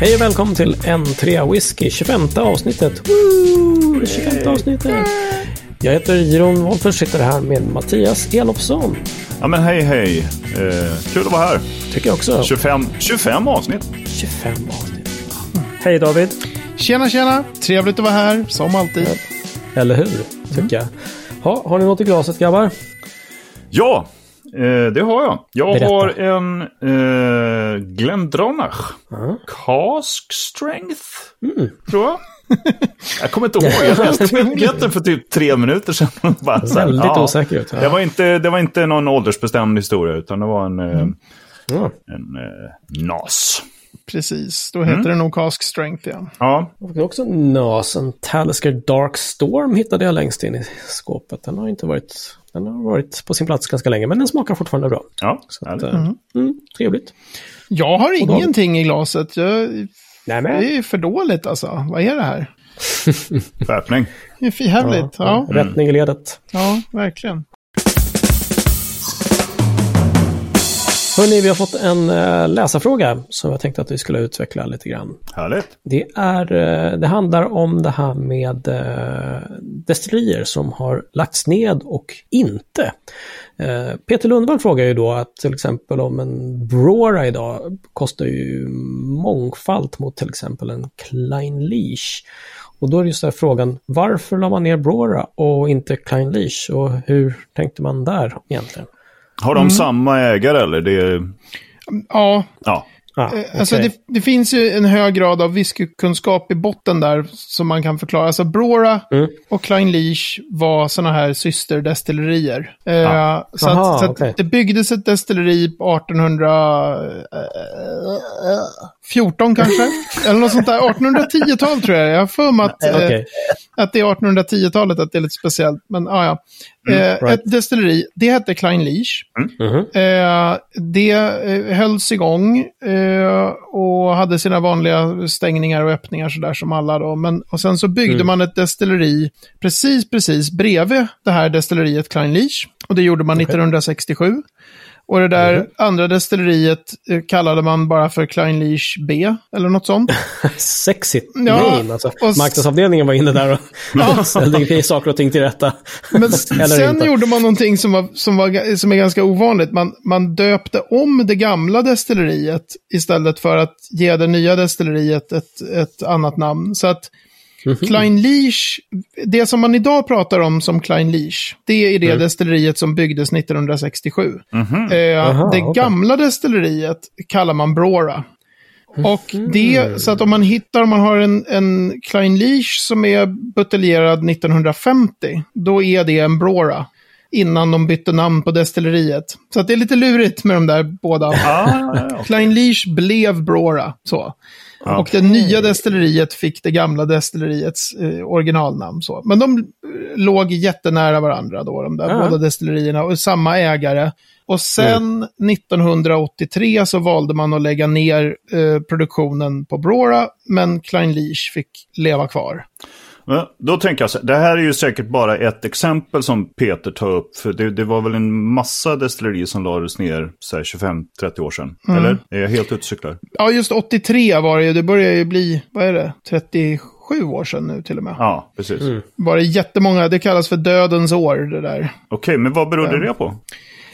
Hej och välkommen till N3 Whisky, 25:e avsnittet. Woo! 25:e avsnittet. Jag heter Jeroen Wolffers, sitter här med Mattias Elofsson. Ja men hej. Kul att vara här. Tycker jag också. 25 avsnitt. 25 avsnitt. Hej David. Tjena. Trevligt att vara här, som alltid. Eller hur, tycker jag. Har ni något i glaset, grabbar? Ja, det har jag. Jag Berätta. har en Glendronach. Cask Strength, tror jag. Jag kommer inte ihåg. Jag läste etiketten för typ 3 minuter sedan. Bara så här, Väldigt osäker ut. Ja. Det var inte någon åldersbestämd historia, utan det var en NAS. Precis, då heter det nog Cask Strength igen. Ja. Och också NAS, en Talisker Dark Storm hittade jag längst in i skåpet. Den har varit på sin plats ganska länge, men den smakar fortfarande bra. Ja, så att, trevligt. Jag har ingenting i glaset. Det Nej. är för dåligt alltså. Vad är det här? Skärpning. Det är för jävligt. Ja. Rättning i ledet. Ja, verkligen. Hörrni, vi har fått en läsarfråga som jag tänkte att vi skulle utveckla lite grann. Härligt. Det handlar om det här med destillerier som har lagts ned och inte. Peter Lundvall frågar ju då att till exempel om en Brora idag kostar ju mångfalt mot till exempel en Klein Leach. Och då är det just där frågan, varför la man ner Brora och inte Klein Leach? Och hur tänkte man där egentligen? Har de samma ägare eller? Ja. Okay. Alltså det finns ju en hög grad av whiskykunskap i botten där som man kan förklara. Alltså Brora och Klein Leach var såna här systerdestillerier. Så att det byggdes ett destilleri på 1814 kanske. Eller något sånt där. 1810-tal tror jag. Jag har för mig att det är 1810-talet att det är lite speciellt. Men ett destilleri, det hette Klein Leach. Det hölls igång och hade sina vanliga stängningar och öppningar sådär som alla då. Och sen så byggde man ett destilleri precis bredvid det här destilleriet Klein Leach. Och det gjorde man 1967. Och det där andra destilleriet kallade man bara för Klein Leach B eller något sånt. Sexigt name, alltså. Marknadsavdelningen var inne där och ställde saker och ting till rätta. Men sen gjorde man någonting som är ganska ovanligt. Man döpte om det gamla destilleriet istället för att ge det nya destilleriet ett annat namn. Så att Klein Leach, det som man idag pratar om som Klein Leach, det är det destilleriet som byggdes 1967. Det gamla destilleriet kallar man Brora. Och det, så att om man har en Klein Leach som är buteljerad 1950, då är det en Brora innan de bytte namn på destilleriet. Så att det är lite lurigt med de där båda. Klein Leach blev Brora, så. Och det nya destilleriet fick det gamla destilleriets originalnamn. Så. Men de låg jättenära varandra då, de där båda destillerierna, och samma ägare. Och sen 1983 så valde man att lägga ner produktionen på Brora, men Klein Leach fick leva kvar. Men då tänker jag så här, det här är ju säkert bara ett exempel som Peter tar upp. För det var väl en massa destillerier som lades ner så här 25-30 år sedan. Eller? Är jag helt utcyklar? Ja, just 83 var det ju. Det börjar ju bli, vad är det? 37 år sedan nu till och med. Ja, precis. Var det jättemånga, det kallas för dödens år det där. Okej, men vad berodde det på?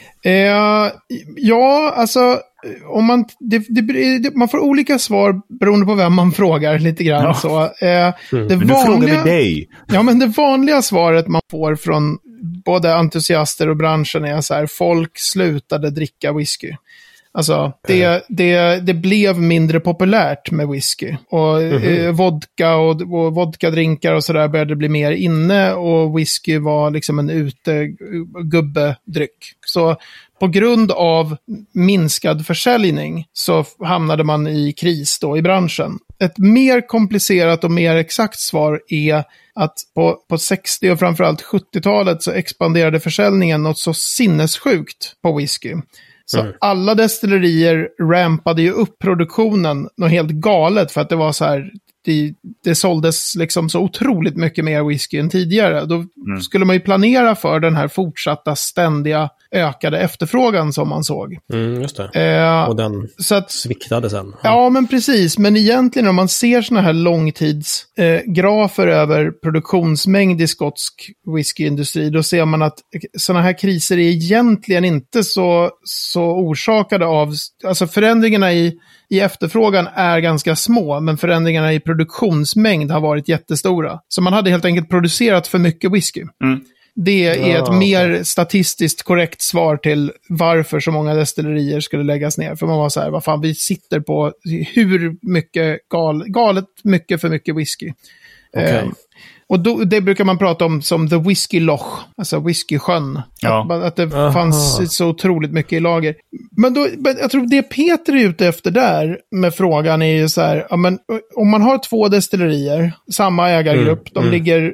Alltså om man får olika svar beroende på vem man frågar lite grann. Ja. Så, men nu frågar vi dig. Ja, men det vanliga svaret man får från både entusiaster och branschen är så här: folk slutade dricka whisky. Alltså, det blev mindre populärt med whisky. Och vodka och vodkadrinkar och sådär började bli mer inne. Och whisky var liksom en utegubbedryck. Så på grund av minskad försäljning så hamnade man i kris då i branschen. Ett mer komplicerat och mer exakt svar är att på 60- och framförallt 70-talet så expanderade försäljningen något så sinnessjukt på whisky. Så alla destillerier rampade ju upp produktionen något helt galet, för att det var så här, det såldes liksom så otroligt mycket mer whisky än tidigare. Då skulle man ju planera för den här fortsatta ständiga ökade efterfrågan som man såg. Just det. Och den sviktade sen. Ja, men precis. Men egentligen om man ser såna här långtidsgrafer över produktionsmängd i skotsk whiskyindustri, då ser man att såna här kriser är egentligen inte så orsakade av, alltså förändringarna i efterfrågan är ganska små, men förändringarna i produktionsmängd har varit jättestora. Så man hade helt enkelt producerat för mycket whisky. Det är ett mer statistiskt korrekt svar till varför så många destillerier skulle läggas ner. För man var så här, vad fan, vi sitter på hur mycket galet mycket för mycket whisky. Okay. Och det brukar man prata om som the whisky loch, alltså whiskysjön. Ja. Att det fanns så otroligt mycket i lager. Men jag tror det Peter är ute efter där med frågan är ju så här, ja, men om man har 2 destillerier, samma ägargrupp, de ligger,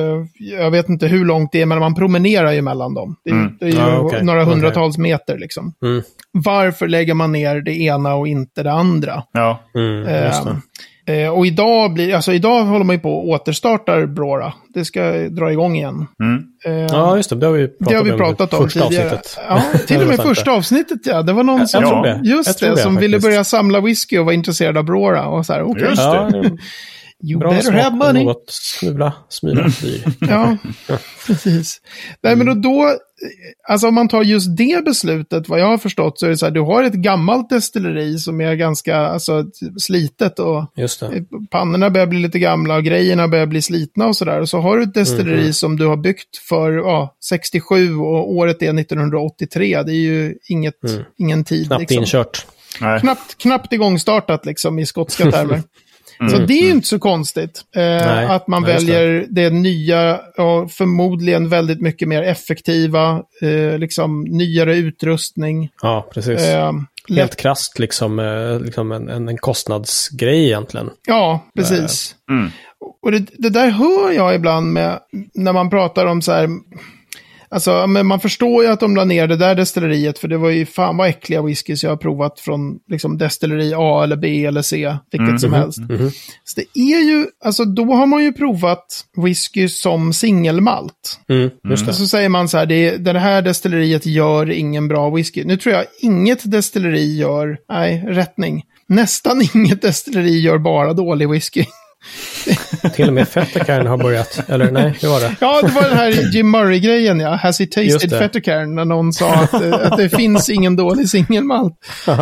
jag vet inte hur långt det är, men man promenerar ju mellan dem. Det är ju några hundratals meter liksom. Varför lägger man ner det ena och inte det andra? Ja, just det. Och idag håller man ju på att återstarta Brora. Det ska dra igång igen. Ja, just det. Det har vi pratat om första tidigare. Avsnittet. Ja, till och med första avsnittet, ja. Det var någon som, som ville börja samla whisky och var intresserad av Brora. Och så här, okej. Okay. You better have money. Något smula dyr. Ja, precis. Nej, men då, alltså om man tar just det beslutet, vad jag har förstått, så är det så här, du har ett gammalt destilleri som är ganska slitet och just det. Pannorna börjar bli lite gamla och grejerna börjar bli slitna och sådär. Och så har du ett destilleri som du har byggt för 67 och året är 1983. Det är ju ingen tid. Knappt liksom. Inkört. Knappt igångstartat liksom i skotska termer. Så det är ju inte så konstigt att man väljer det nya och förmodligen väldigt mycket mer effektiva, liksom nyare utrustning. Ja, precis. Helt krasst liksom en kostnadsgrej egentligen. Ja, precis. Och det där hör jag ibland med när man pratar om så här. Alltså, men man förstår ju att de la ner det där destilleriet, för det var ju fan vad äckliga whiskys jag har provat från liksom destilleri A eller B eller C, vilket som helst. Så det är ju, alltså då har man ju provat whisky som singelmalt. Just det. Och så säger man så här, det här destilleriet gör ingen bra whisky. Nu tror jag inget destilleri gör, nästan inget destilleri gör bara dålig whisky. Till och med Fettercairn har börjat, eller nej, hur var det? Ja, det var den här Jim Murray-grejen, ja. Has he tasted Fettercairn? När någon sa att det finns ingen dålig singelmalt.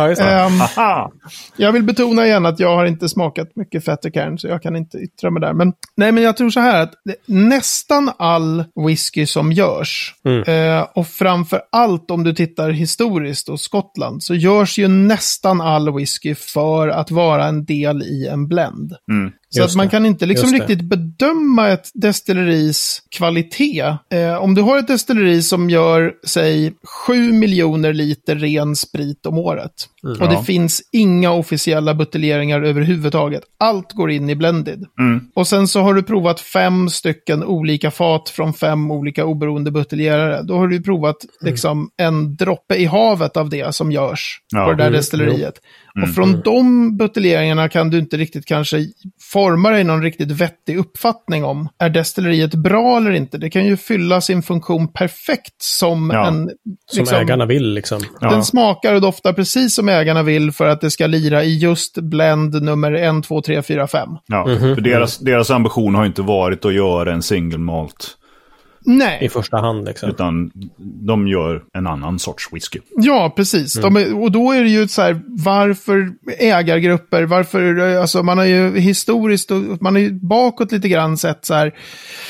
Jag vill betona igen att jag har inte smakat mycket Fettercairn, så jag kan inte yttra mig där. Men jag tror så här att nästan all whisky som görs, och framför allt om du tittar historiskt och Skottland, så görs ju nästan all whisky för att vara en del i en blend. Så att man kan inte liksom riktigt bedöma ett destilleris kvalitet. Om du har ett destilleri som gör, säg, 7 miljoner liter ren sprit om året. Och det finns inga officiella buteljeringar överhuvudtaget. Allt går in i blended. Och sen så har du provat 5 stycken olika fat från 5 olika oberoende buteljerare. Då har du provat liksom en droppe i havet av det som görs på det där destilleriet. Och från de buteljeringarna kan du inte riktigt kanske forma dig någon riktigt vettig uppfattning om, är destilleriet bra eller inte? Det kan ju fylla sin funktion perfekt som en... Liksom, som ägarna vill liksom. Den smakar och doftar precis som ägarna vill för att det ska lira i just blend nummer 1, 2, 3, 4, 5. Ja, för deras ambition har inte varit att göra en single malt. Nej. I första hand liksom. Utan de gör en annan sorts whisky. Ja, precis. Och då är det ju så här, varför ägargrupper, alltså man har ju historiskt, man har ju bakåt lite grann sett så här,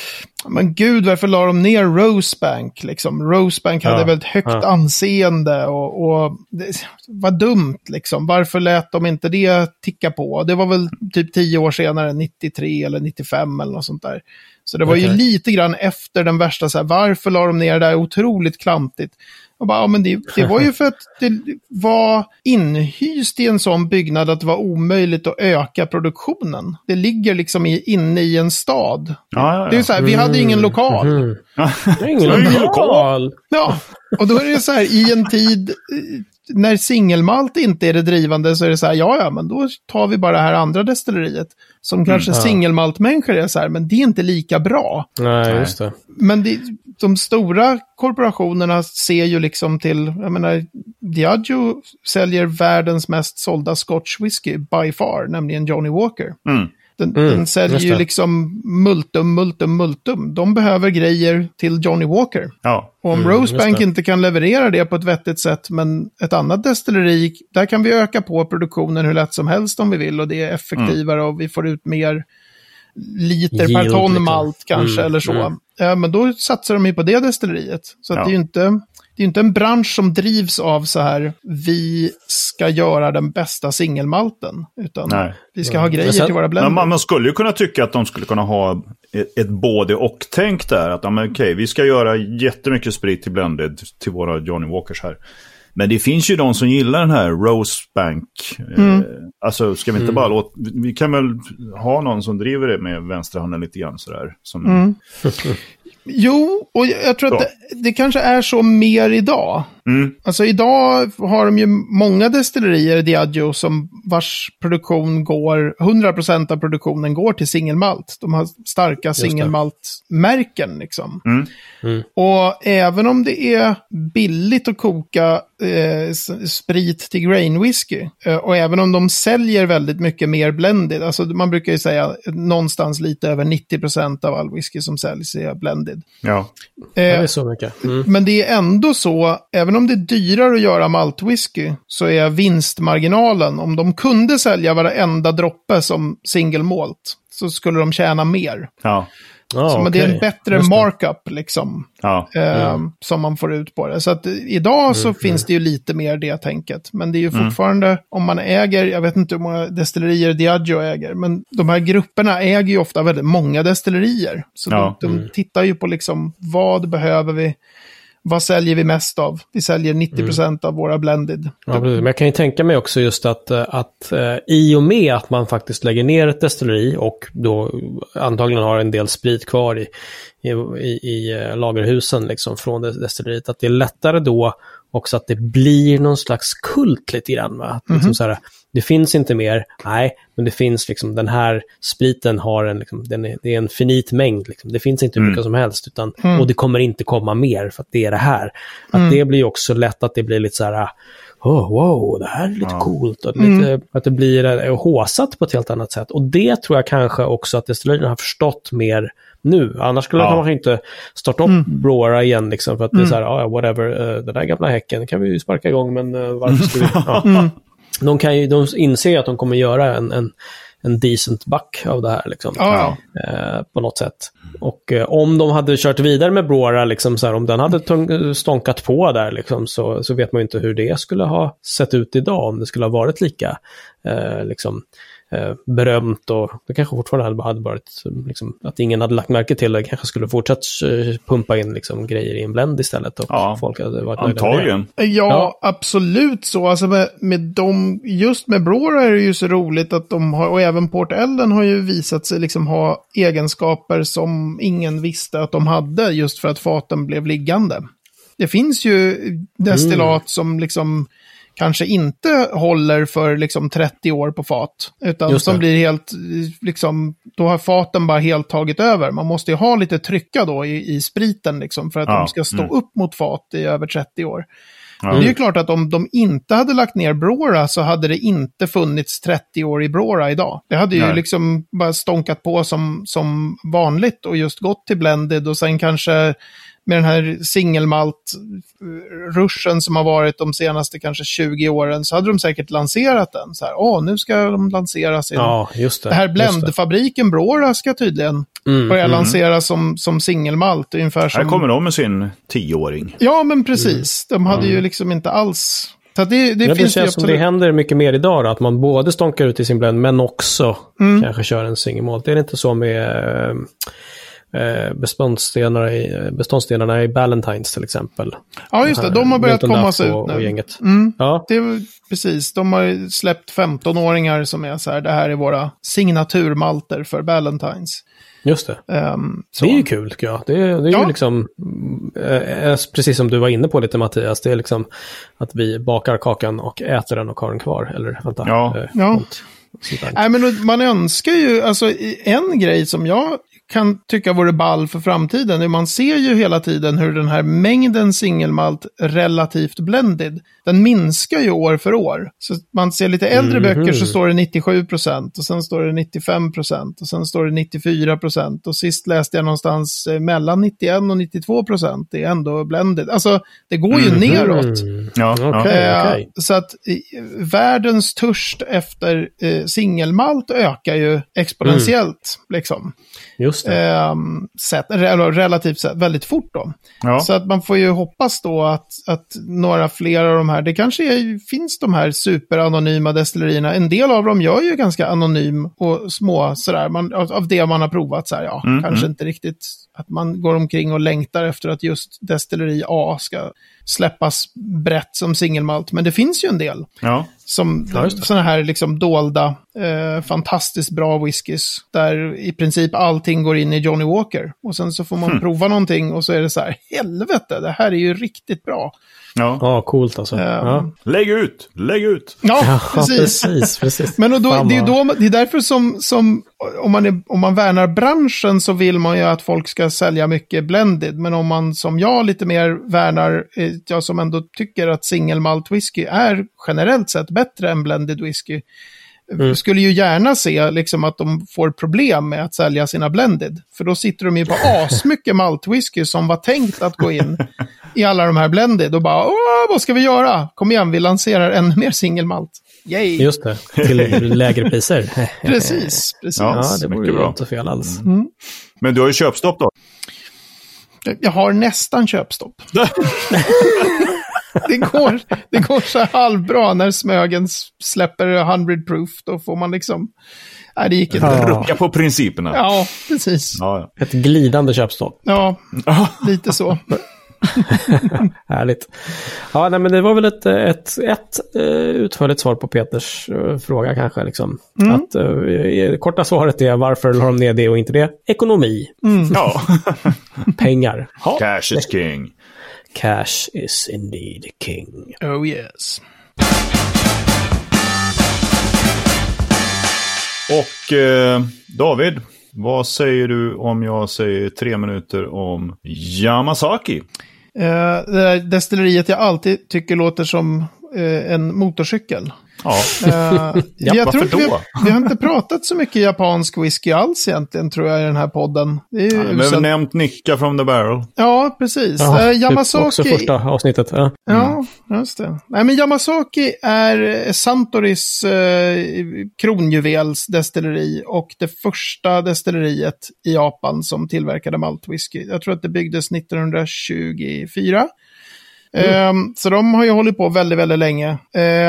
men gud, varför la de ner Rosebank liksom? Rosebank hade väldigt högt anseende och det var dumt liksom. Varför lät de inte det ticka på? Det var väl typ 10 år senare, 93 eller 95 eller något sånt där. Så det var ju lite grann efter den värsta så här, varför la de ner det där otroligt klantigt? Och bara, men det var ju för att det var inhyst i en sån byggnad att det var omöjligt att öka produktionen. Det ligger liksom inne i en stad. Det är ju så här, vi hade ingen lokal. Ingen lokal. Ja, och då är det så här, i en tid när singelmalt inte är det drivande, så är det så här, ja, men då tar vi bara det här andra destilleriet som kanske singelmaltmänniskor är så här, men det är inte lika bra. Nej, just det. Men de stora korporationerna ser ju liksom till, jag menar, Diageo säljer världens mest sålda Scotch whisky by far, nämligen Johnny Walker. Den säljer ju liksom multum. De behöver grejer till Johnny Walker. Ja. Och om Rosebank inte kan leverera det på ett vettigt sätt, men ett annat destilleri, där kan vi öka på produktionen hur lätt som helst om vi vill, och det är effektivare och vi får ut mer liter per ton malt kanske eller så. Men då satsar de ju på det destilleriet. Så att det är ju inte en bransch som drivs av så här, vi ska göra den bästa singelmalten, utan vi ska ha grejer till våra blender. Man skulle ju kunna tycka att de skulle kunna ha ett både och-tänk där. Att okej, vi ska göra jättemycket sprit till blended till våra Johnny Walkers här. Men det finns ju de som gillar den här Rosebank. Alltså ska vi inte bara låta... Vi kan väl ha någon som driver det med vänsterhanden lite grann sådär. Som... Jo, och jag tror att det kanske är så mer idag. Alltså idag har de ju många destillerier, Diageo, som vars produktion går, 100% av produktionen går till singelmalt. De har starka singelmaltmärken liksom. Och även om det är billigt att koka sprit till grain whisky, och även om de säljer väldigt mycket mer blended, alltså man brukar ju säga någonstans lite över 90% av all whisky som säljs är blended. Ja, det är så mycket. Men det är ändå så, även om det är dyrare att göra maltwhisky, så är vinstmarginalen, om de kunde sälja varenda droppe som single malt, så skulle de tjäna mer. Ja. Så men det är en bättre markup liksom, som man får ut på det. Så att idag så finns det ju lite mer det tänket. Men det är ju fortfarande, om man äger, jag vet inte hur många destillerier Diageo äger, men de här grupperna äger ju ofta väldigt många destillerier. Så de tittar ju på liksom, vad behöver vi? Vad säljer vi mest av? Vi säljer 90% av våra blended. Ja, men jag kan ju tänka mig också just att i och med att man faktiskt lägger ner ett destilleri och då antagligen har en del sprit kvar i lagerhusen liksom från destilleriet, att det är lättare då också att det blir någon slags kult lite grann, va? Liksom så här, det finns inte mer, nej, men det finns liksom, den här spriten har en liksom, det är en finit mängd liksom. Det finns inte hur mycket som helst, utan och det kommer inte komma mer för att det är det här. Att det blir också lätt att det blir lite så här, wow, det här är lite coolt, och lite, att det blir håsat på ett helt annat sätt. Och det tror jag kanske också att destillerierna har förstått mer nu. Annars skulle man inte starta upp Brora igen liksom, för att det är så här, whatever, den där gamla häcken kan vi ju sparka igång, men varför skulle vi... De inser att de kommer göra en decent buck av det här liksom, på något sätt. Och om de hade kört vidare med Brora liksom, så här, om den hade stånkat på där liksom, så vet man ju inte hur det skulle ha sett ut idag, om det skulle ha varit lika liksom berömt, och det kanske fortfarande hade varit liksom, att ingen hade lagt märke till det, kanske skulle fortsatt pumpa in liksom, grejer i en blend istället, och folk hade varit antagligen. Ja, absolut så. Alltså med dem, just med Brora är det ju så roligt att de har, och även Port Ellen har ju visat sig liksom ha egenskaper som ingen visste att de hade, just för att faten blev liggande. Det finns ju destillat som liksom kanske inte håller för liksom 30 år på fat, utan som blir helt liksom, då har faten bara helt tagit över. Man måste ju ha lite trycka då i spriten liksom, för att de ska stå upp mot fat i över 30 år. Det är ju klart att om de inte hade lagt ner Brora, så hade det inte funnits 30 år i Brora idag. Det hade ju liksom bara stånkat på som vanligt och just gått till blended, och sen kanske med den här singelmalt-ruschen som har varit de senaste kanske 20 åren, så hade de säkert lanserat den. Så här, nu ska de lansera sin... Ja, just det. Det här blendfabriken Brora ska tydligen börja lansera som singelmalt. Ungefär som... Här kommer de med sin 10-åring. Ja, men precis. De hade ju liksom inte alls... Så det finns känns som det händer mycket mer idag då, att man både stånkar ut i sin blend, men också kanske kör en singelmalt. Det är inte så med... beståndsdelarna i Ballantines till exempel. Ja, just det. De har börjat komma ut nu. Och gänget. Ja. Det är precis. De har släppt 15-åringar som är så här, det här är våra signaturmalter för Ballantines. Just det. Det är ju kul, tycker jag. Det är ju liksom precis som du var inne på lite, Mattias. Det är liksom att vi bakar kakan och äter den och har den kvar. Eller vänta. Nej, men man önskar ju, alltså en grej som jag kan tycka vore ball för framtiden. Man ser ju hela tiden hur den här mängden singelmalt relativt blended, den minskar ju år för år. Så man ser lite äldre böcker så står det 97% och sen står det 95% och sen står det 94% och sist läste jag någonstans mellan 91 och 92%. Det är ändå blended. Alltså det går ju neråt. Okay. Så att världens törst efter singelmalt ökar ju exponentiellt liksom. Just det. Relativt sett väldigt fort då. Ja. Så att man får ju hoppas då att några fler av de här, det kanske finns de här superanonyma destillerierna. En del av dem gör ju ganska anonym och små sådär, av det man har provat så här, kanske inte riktigt att man går omkring och längtar efter att just destilleri A ska släppas brett som singelmalt. Men det finns ju en del som sådana här liksom dolda, fantastiskt bra whiskys där i princip allting går in i Johnny Walker. Och sen så får man prova någonting och så är det så här, helvete, det här är ju riktigt bra. Ja, coolt alltså. Lägg ut! Ja, precis. Men det är därför som om man värnar branschen så vill man ju att folk ska sälja mycket blended. Men om man som jag lite mer värnar, jag som ändå tycker att single malt whisky är generellt sett bättre än blended whisky, skulle ju gärna se liksom att de får problem med att sälja sina blended. För då sitter de ju på asmycket maltwhisky som var tänkt att gå in i alla de här blended och bara, vad ska vi göra? Kom igen, vi lanserar ännu mer singelmalt. Yay! Just det, till lägre priser. Precis. Ja, det vore ju inte fel alls. Men du har ju köpstopp då? Jag har nästan köpstopp. Det går så här halvbra när Smögen släpper 100 proof. Då får man liksom... Nej, det gick inte. Rucka på principerna. Ja, precis. Ja. Ett glidande köpstopp. Ja, lite så. Härligt. Ja, nej, men det var väl ett utförligt svar på Peters fråga kanske. Liksom. Att, korta svaret är varför la de ner det och inte det? Ekonomi. Ja. Pengar. Cash is king. Cash is indeed king. Oh yes. Och David, vad säger du om jag säger 3 minuter om Yamazaki? Det där destilleriet jag alltid tycker låter som en motorcykel. Ja, jag tror varför då? Vi har inte pratat så mycket japansk whisky alls egentligen, tror jag, i den här podden. Det är ju vi har nämnt Nicka from the Barrel. Ja, precis. Yamazaki... Också första avsnittet. Ja, just det. Nej, men Yamazaki är Suntories kronjuvels destilleri och det första destilleriet i Japan som tillverkade maltwhisky. Jag tror att det byggdes 1924. Så de har ju hållit på väldigt, väldigt länge.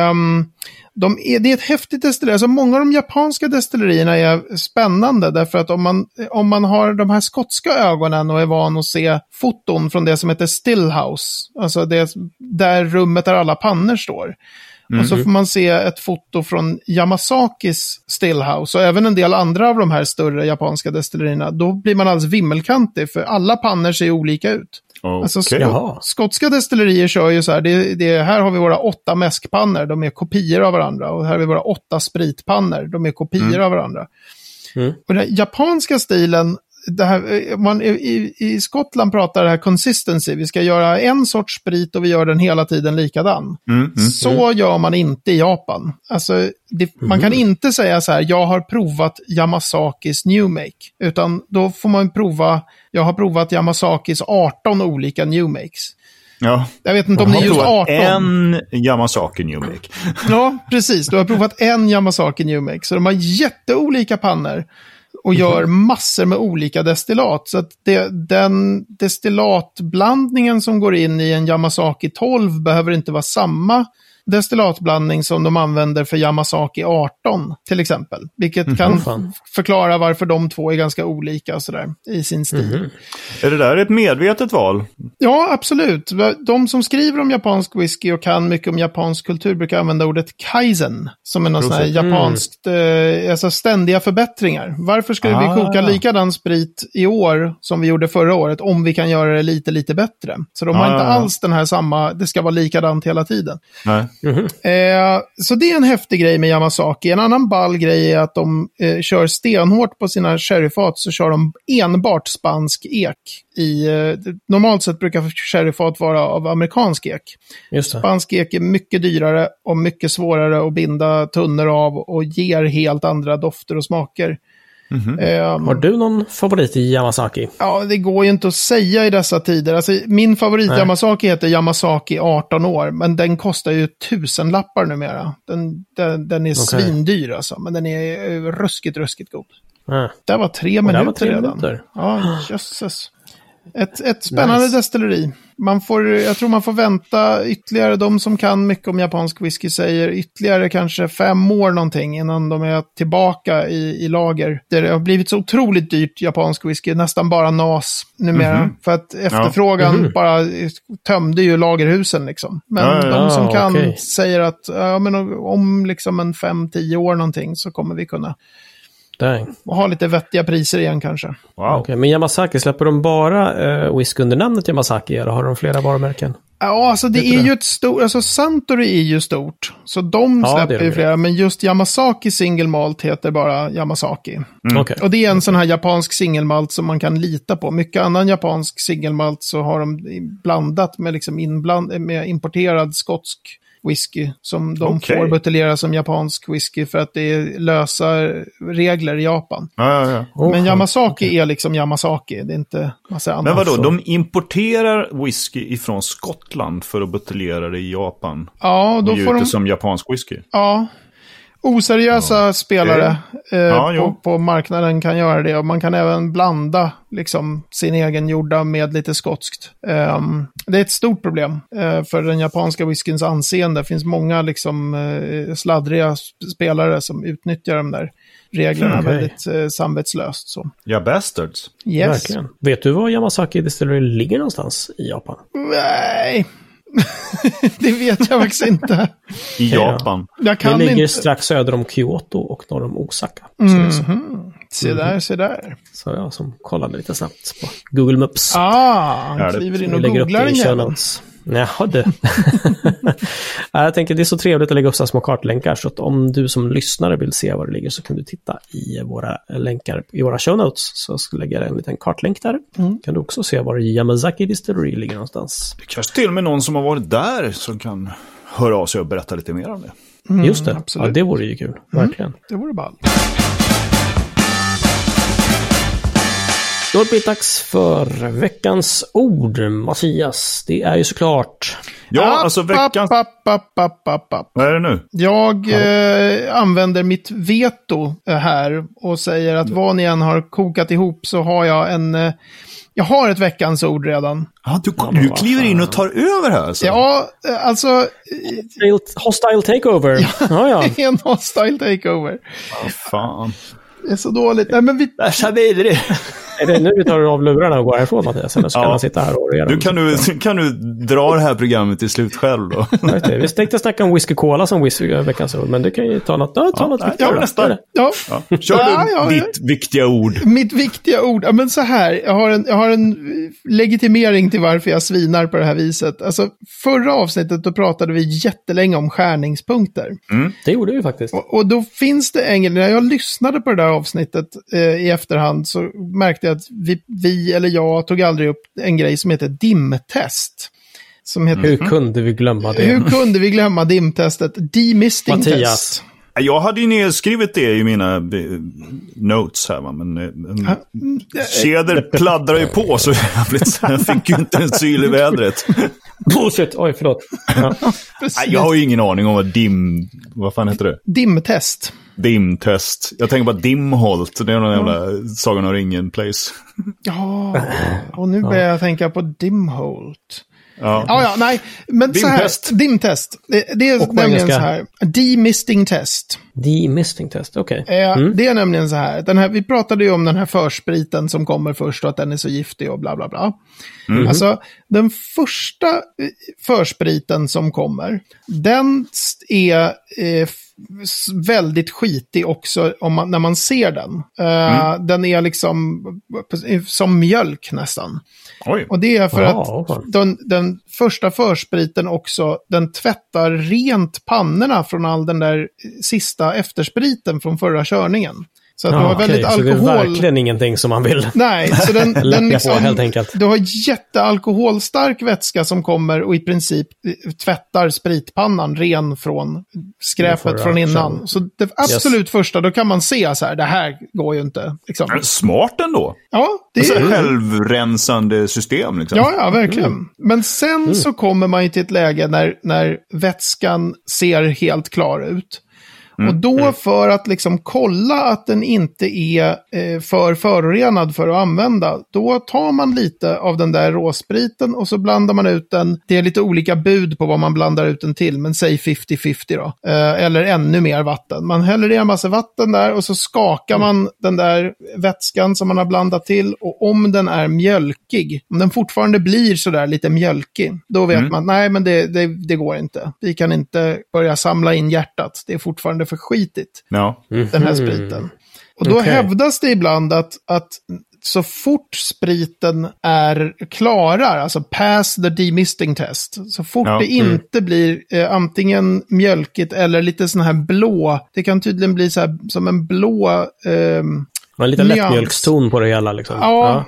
Det är ett häftigt destilleri. Alltså många av de japanska destillerierna är spännande därför att om man har de här skotska ögonen och är van att se foton från det som heter Stillhouse, alltså det där rummet där alla pannor står. Och så får man se ett foto från Yamasakis Stillhouse och även en del andra av de här större japanska destillerierna. Då blir man alldeles vimmelkantig för alla pannor ser olika ut. Okay. Alltså skotska destillerier kör ju så här, här har vi våra 8 mäskpannor, de är kopior av varandra. Och här har vi våra 8 spritpannor, de är kopior av varandra. Och den japanska stilen, det här, man i Skottland pratar det här consistency. Vi ska göra en sorts sprit och vi gör den hela tiden likadan. Så gör man inte i Japan. Alltså, man kan inte säga så här, jag har provat Yamasakis New Make. Utan då får man jag har provat Yamasakis 18 olika New Makes. Ja. Jag vet inte om det är just 18. En Yamasaki New Make. Ja, precis. Du har provat en Yamasaki New Make. Så de har jätteolika pannor. Och gör massor med olika destillat. Så att den destillatblandningen som går in i en Yamasaki 12 behöver inte vara samma destillatblandning som de använder för Yamasaki 18 till exempel. Vilket kan förklara varför de två är ganska olika sådär, i sin stil. Är det där ett medvetet val? Ja, absolut. De som skriver om japansk whisky och kan mycket om japansk kultur brukar använda ordet kaizen som är något sån här japanskt, alltså ständiga förbättringar. Varför skulle vi koka likadan sprit i år som vi gjorde förra året om vi kan göra det lite bättre? Så de har inte alls den här det ska vara likadant hela tiden. Nej. Så det är en häftig grej med Yamazaki. En annan ball grej är att de kör stenhårt på sina sherryfat, så kör de enbart spansk ek. Normalt sett brukar sherryfat vara av amerikansk ek. Just det. Spansk ek är mycket dyrare och mycket svårare att binda tunnor av och ger helt andra dofter och smaker. Har du någon favorit i Yamazaki? Ja, det går ju inte att säga i dessa tider. Alltså, min favorit Yamazaki heter Yamazaki 18 år, men den kostar ju 1000-lappar numera. Den är svindyr alltså, men den är ruskigt god. Det var 3 minuter redan. Ja, jösses. Ett spännande destilleri. Jag tror man får vänta ytterligare, de som kan mycket om japansk whisky säger ytterligare kanske 5 år någonting innan de är tillbaka i lager. Det har blivit så otroligt dyrt japansk whisky, nästan bara nas numera. För att efterfrågan bara tömde ju lagerhusen liksom. Men de som kan säger att men om liksom en 5-10 år någonting så kommer vi kunna och ha lite vettiga priser igen kanske. Wow. Okay, men Yamazaki, släpper de bara whisky under namnet Yamazaki eller har de flera varumärken? Ja, alltså det är ju ett stort, alltså Suntory är ju stort. Så de släpper ju flera, men just Yamazaki single malt heter bara Yamazaki. Och det är en sån här japansk single malt som man kan lita på. Mycket annan japansk single malt så har de blandat med liksom med importerad skotsk whisky som de får buteljera som japansk whisky för att det är lösa regler i Japan. Men Yamazaki är liksom Yamazaki, det är inte massa annat. Men vadå, de importerar whisky ifrån Skottland för att buteljera det i Japan? Ja, då får de som japansk whisky? Ja. Oseriösa spelare på marknaden kan göra det, och man kan även blanda liksom sin egen gjorda med lite skotskt. Det är ett stort problem för den japanska whiskyns anseende. Det finns många liksom sladdriga spelare som utnyttjar de där reglerna väldigt samvetslöst. Så. Ja, bastards. Yes. Verkligen. Vet du var Yamazaki Distillery ligger någonstans i Japan? Nej. Det vet jag faktiskt inte. I Japan. Det ligger strax söder om Kyoto och norr om Osaka. Se där. Så jag som kollade lite snabbt på Google Maps. Kliver in och googlar den jäveln. Jaha du. Jag tänker det är så trevligt att lägga upp så små kartlänkar, så att om du som lyssnare vill se var det ligger så kan du titta i våra länkar i våra show notes, så ska jag lägga en liten kartlänk där. Kan du också se var Yamazaki Distillery ligger någonstans. Det kanske till och med någon som har varit där som kan höra av sig och berätta lite mer om det. Just det, absolut. Ja, det vore ju kul, verkligen. Det vore ball. Då blir det dags för veckans ord, Mattias. Det är ju såklart... Ja, alltså veckans... Vad är det nu? Jag använder mitt veto här och säger att vad ni än har kokat ihop så har jag har ett veckans ord redan. Du kliver in och tar över här alltså? Ja, alltså... Hostile takeover. Ja. Det är en hostile takeover. Fan. Det är så dåligt. Nej, men vi... Är det nu vi tar av lurarna och går härifrån, Mattias? Eller ska man sitta här och göra kan du dra det här programmet till slut själv då? Vi tänkte snacka om whisky cola som veckans ord, men du kan ju ta något viktigare. Nästan. Kör du ditt viktiga ord. Mitt viktiga ord. Ja, men så här, jag har en legitimering till varför jag svinar på det här viset. Alltså, förra avsnittet då pratade vi jättelänge om skärningspunkter. Det gjorde vi faktiskt. Och då finns det när jag lyssnade på det där avsnittet i efterhand så märkte jag att vi eller jag tog aldrig upp en grej som heter dimtest. Hur kunde vi glömma det? Hur kunde vi glömma dimtestet? Demisting Mattias. test. Jag hade ju nedskrivit det i mina notes här, men Keder pladdrar ju på så jag fick ju inte en syl i vädret. Bullshit, oj förlåt. Ja. Jag har ju ingen aning om vad fan heter det? Dimtest. Dimtest. Jag tänker bara Dimholt, det är någon jävla Sagan om ringen place. Ja, och nu börjar jag tänka på Dimholt. Nej, men Dimtest. Så här, dimtest. Det är nämligen så här, demisting test. Demisting test, okej. Det är nämligen så här, vi pratade ju om den här förspriten som kommer först och att den är så giftig och bla bla bla. Alltså, den första förspriten som kommer, den är väldigt skitig också när man ser den. Den är liksom som mjölk nästan. Oj. Och det är för att den första förspriten också, den tvättar rent pannorna från all den där sista efterspriten från förra körningen. Så att du har väldigt alkohol. Så det är verkligen ingenting som man vill. Nej, så den liksom, på, helt enkelt. Du har jättealkoholstark vätska som kommer och i princip tvättar spritpannan ren från skräpet från innan. Så det absolut första, då kan man se så här, det här går ju inte. Liksom. Smart ändå. Ja, det är självrensande system. Liksom. Ja, verkligen. Men sen så kommer man ju till ett läge när vätskan ser helt klar ut. Och då för att liksom kolla att den inte är för förorenad för att använda, då tar man lite av den där råspriten och så blandar man ut den. Det är lite olika bud på vad man blandar ut den till, men säg 50-50 då. Eller ännu mer vatten. Man häller i en massa vatten där och så skakar man den där vätskan som man har blandat till, och om den är mjölkig, om den fortfarande blir sådär lite mjölkig, då vet man, nej men det går inte. Vi kan inte börja samla in hjärtat. Det är fortfarande för skitigt, den här spriten. Och då hävdas det ibland att så fort spriten klarar, alltså pass the demisting test, så fort det inte blir antingen mjölkigt eller lite sån här blå, det kan tydligen bli så här, som en blå en liten lättmjölkston på det hela liksom. Ja.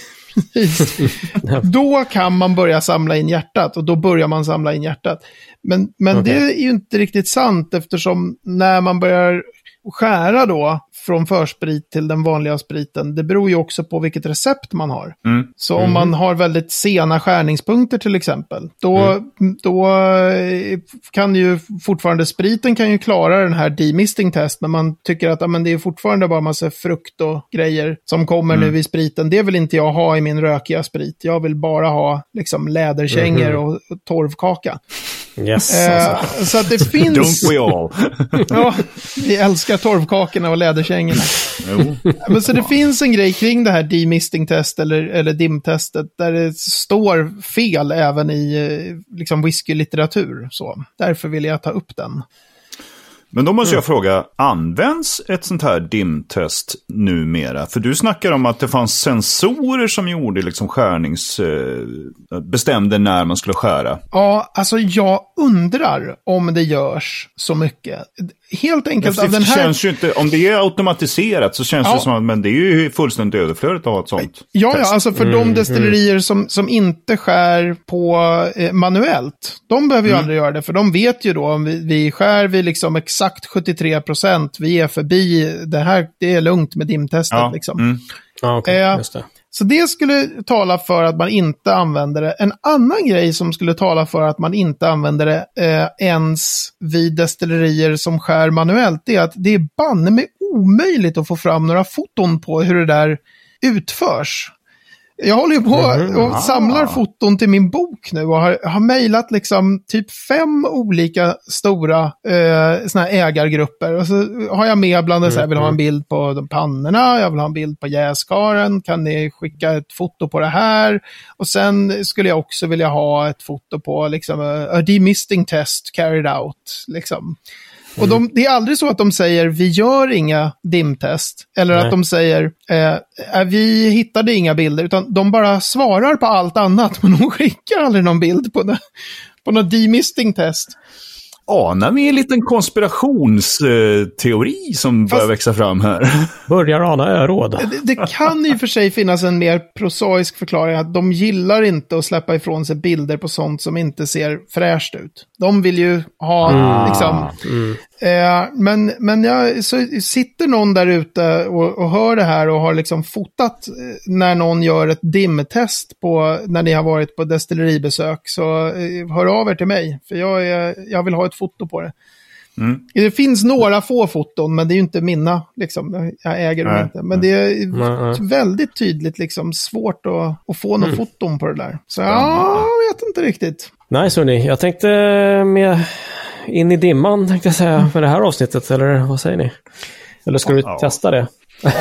Då kan man börja samla in hjärtat, och då börjar man samla in hjärtat. Men det är ju inte riktigt sant, eftersom när man börjar skära då från försprit till den vanliga spriten, det beror ju också på vilket recept man har. Så om man har väldigt sena skärningspunkter till exempel, då kan ju fortfarande spriten kan ju klara den här demisting test, men man tycker att men det är fortfarande bara massa frukt och grejer som kommer nu i spriten. Det vill inte jag ha i min rökiga sprit. Jag vill bara ha liksom läderkängor och torvkaka. Yes, så att det finns... Don't we all? Ja, vi älskar torvkakorna och läderkängorna. Men så det finns en grej kring det här demisting test eller dimtestet där det står fel även i liksom whisky-litteratur. Så därför vill jag ta upp den. Men då måste jag fråga, används ett sånt här dimtest numera? För du snackar om att det fanns sensorer som gjorde liksom bestämde när man skulle skära. Ja, alltså jag undrar om det görs så mycket. Helt enkelt av den här... Känns ju inte, om det är automatiserat så känns det som att men det är ju fullständigt överflödigt att ha ett sånt. Ja, alltså för de destillerier som inte skär på manuellt, de behöver ju aldrig göra det, för de vet ju då om vi skär vid liksom exakt 73%, vi är förbi det här, det är lugnt med dimtestet liksom. Just det. Så det skulle tala för att man inte använder det. En annan grej som skulle tala för att man inte använder det ens vid destillerier som skär manuellt, det är att det är banne med omöjligt att få fram några foton på hur det där utförs. Jag håller ju på och samlar foton till min bok nu och har mejlat liksom typ 5 olika stora såna här ägargrupper. Och så har jag med bland det så här, vill ha en bild på de pannorna, jag vill ha en bild på jäskaren, kan ni skicka ett foto på det här? Och sen skulle jag också vilja ha ett foto på liksom a demisting test carried out liksom. Och det är aldrig så att de säger vi gör inga dimtest. Eller att de säger vi hittade inga bilder. Utan de bara svarar på allt annat. Men de skickar aldrig någon bild på någon demisting test. Anar vi en liten konspirationsteori som börjar växa fram här? Börjar ana öråd. Det kan i och för sig finnas en mer prosaisk förklaring att de gillar inte att släppa ifrån sig bilder på sånt som inte ser fräscht ut. De vill ju ha liksom... Men så sitter någon där ute och hör det här och har liksom fotat när någon gör ett dimtest på när ni har varit på destilleribesök, så hör av er till mig, för jag vill ha ett foto på det. Det finns några få foton, men det är ju inte mina liksom, jag äger dem inte, men det är väldigt tydligt liksom svårt att få några foton på det där. Så jag vet inte riktigt. Nice hörni, jag tänkte med in i dimman tänkte jag säga för det här avsnittet, eller vad säger ni? Eller ska du testa det?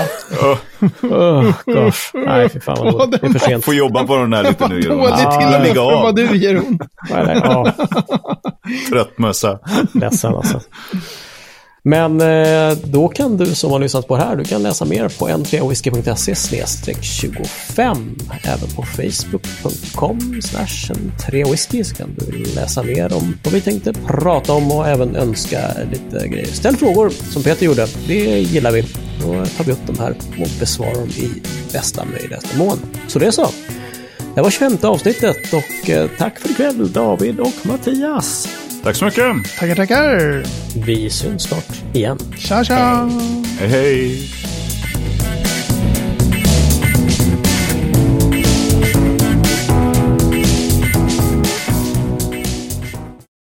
Gosh. Nej, för fan vad det är för sent. Får jobba på den här lite nu. Dåligt till och med för vad du ger hon. Trött mössa. Ledsen alltså. Men då kan du som har lyssnat på det här, du kan läsa mer på n3whisky.se/25. Även på facebook.com/n3whisky så kan du läsa mer om vad vi tänkte prata om och även önska lite grejer. Ställ frågor som Peter gjorde, det gillar vi. Då tar vi upp de här och besvarar dem i bästa möjligaste mån. Så det är så. Det var 25:e avsnittet och tack för ikväll David och Mattias. Tack så mycket. Tackar. Vi syns snart igen. Tja. Hej.